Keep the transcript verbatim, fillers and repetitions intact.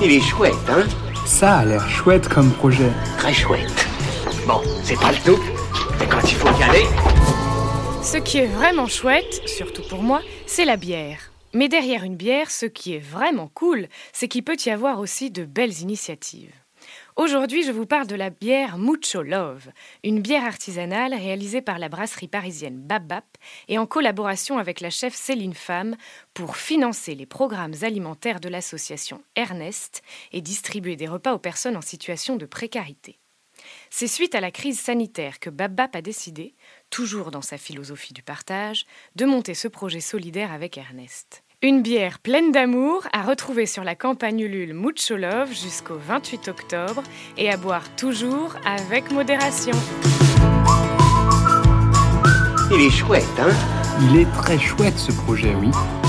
Il est chouette, hein? Ça a l'air chouette comme projet. Très chouette. Bon, c'est pas le tout, mais quand il faut y aller... Ce qui est vraiment chouette, surtout pour moi, c'est la bière. Mais derrière une bière, ce qui est vraiment cool, c'est qu'il peut y avoir aussi de belles initiatives. Aujourd'hui, je vous parle de la bière Mucho Love, une bière artisanale réalisée par la brasserie parisienne Bap Bap et en collaboration avec la chef Céline Pham pour financer les programmes alimentaires de l'association Ernest et distribuer des repas aux personnes en situation de précarité. C'est suite à la crise sanitaire que Bap Bap a décidé, toujours dans sa philosophie du partage, de monter ce projet solidaire avec Ernest. Une bière pleine d'amour à retrouver sur la campagne Ulule Mucho Love jusqu'au vingt-huit octobre et à boire toujours avec modération. Il est chouette, hein? Il est très chouette ce projet, oui.